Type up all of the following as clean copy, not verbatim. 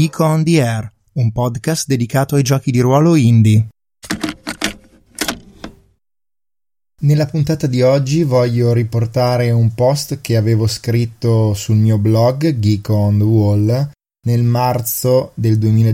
Geek on the Air, un podcast dedicato ai giochi di ruolo indie. Nella puntata di oggi voglio riportare un post che avevo scritto sul mio blog Geek on the Wall nel marzo del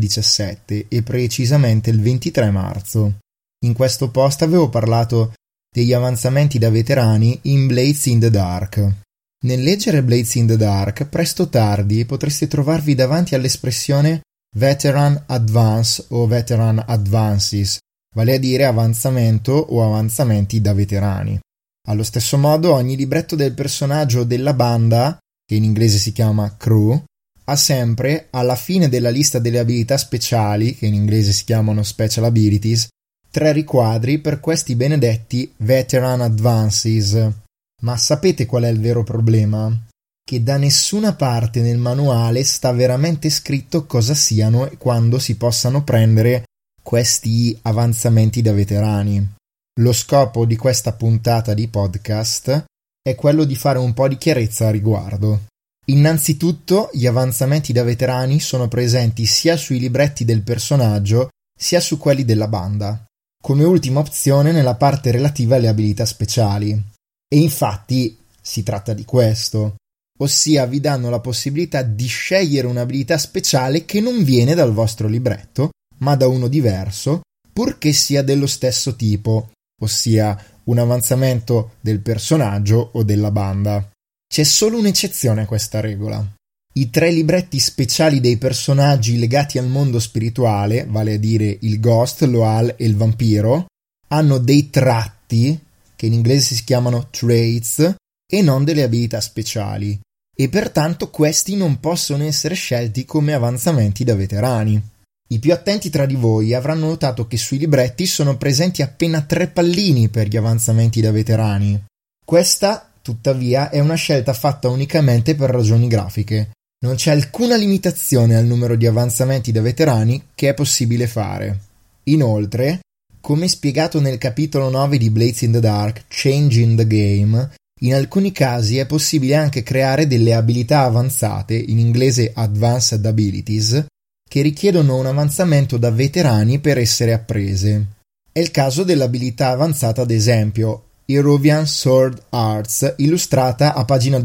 2017 e precisamente il 23 marzo. In questo post avevo parlato degli avanzamenti da veterani in Blades in the Dark. Nel leggere Blades in the Dark, presto o tardi potreste trovarvi davanti all'espressione Veteran Advance o Veteran Advances, vale a dire avanzamento o avanzamenti da veterani. Allo stesso modo, ogni libretto del personaggio o della banda, che in inglese si chiama crew, ha sempre, alla fine della lista delle abilità speciali, che in inglese si chiamano Special Abilities, 3 riquadri per questi benedetti Veteran Advances. Ma sapete qual è il vero problema? Che da nessuna parte nel manuale sta veramente scritto cosa siano e quando si possano prendere questi avanzamenti da veterani. Lo scopo di questa puntata di podcast è quello di fare un po' di chiarezza a riguardo. Innanzitutto, gli avanzamenti da veterani sono presenti sia sui libretti del personaggio sia su quelli della banda, come ultima opzione nella parte relativa alle abilità speciali. E infatti si tratta di questo, ossia vi danno la possibilità di scegliere un'abilità speciale che non viene dal vostro libretto, ma da uno diverso, purché sia dello stesso tipo, ossia un avanzamento del personaggio o della banda. C'è solo un'eccezione a questa regola. I 3 libretti speciali dei personaggi legati al mondo spirituale, vale a dire il Ghost, l'Oal e il Vampiro, hanno dei tratti che in inglese si chiamano traits e non delle abilità speciali, e pertanto questi non possono essere scelti come avanzamenti da veterani. I più attenti tra di voi avranno notato che sui libretti sono presenti appena 3 pallini per gli avanzamenti da veterani. Questa, tuttavia, è una scelta fatta unicamente per ragioni grafiche. Non c'è alcuna limitazione al numero di avanzamenti da veterani che è possibile fare. Inoltre, come spiegato nel capitolo 9 di Blades in the Dark, Changing the Game, in alcuni casi è possibile anche creare delle abilità avanzate, in inglese Advanced Abilities, che richiedono un avanzamento da veterani per essere apprese. È il caso dell'abilità avanzata, ad esempio, Eruvian Sword Arts, illustrata a pagina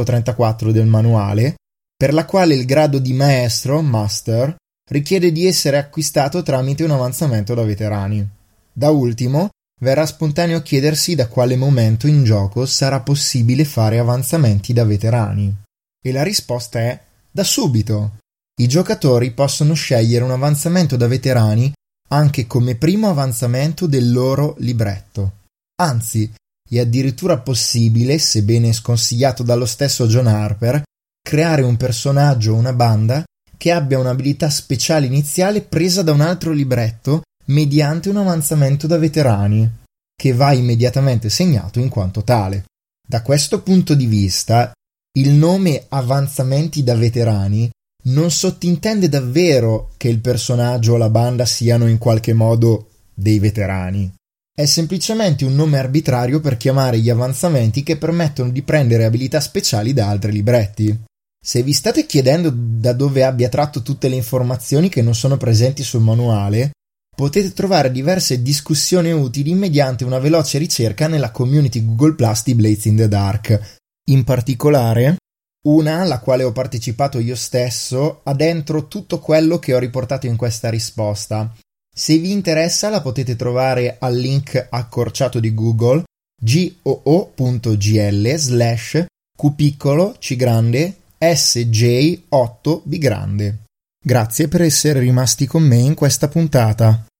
234 del manuale, per la quale il grado di maestro, Master, richiede di essere acquistato tramite un avanzamento da veterani. Da ultimo, verrà spontaneo chiedersi da quale momento in gioco sarà possibile fare avanzamenti da veterani. E la risposta è da subito. I giocatori possono scegliere un avanzamento da veterani anche come primo avanzamento del loro libretto. Anzi, è addirittura possibile, sebbene sconsigliato dallo stesso John Harper, creare un personaggio o una banda che abbia un'abilità speciale iniziale presa da un altro libretto mediante un avanzamento da veterani, che va immediatamente segnato in quanto tale. Da questo punto di vista, il nome avanzamenti da veterani non sottintende davvero che il personaggio o la banda siano in qualche modo dei veterani. È semplicemente un nome arbitrario per chiamare gli avanzamenti che permettono di prendere abilità speciali da altri libretti. Se vi state chiedendo da dove abbia tratto tutte le informazioni che non sono presenti sul manuale, potete trovare diverse discussioni utili mediante una veloce ricerca nella community Google Plus di Blades in the Dark. In particolare, una, alla quale ho partecipato io stesso, ha dentro tutto quello che ho riportato in questa risposta. Se vi interessa la potete trovare al link accorciato di Google goo.gl/Q_C_SJ8B. Grazie per essere rimasti con me in questa puntata.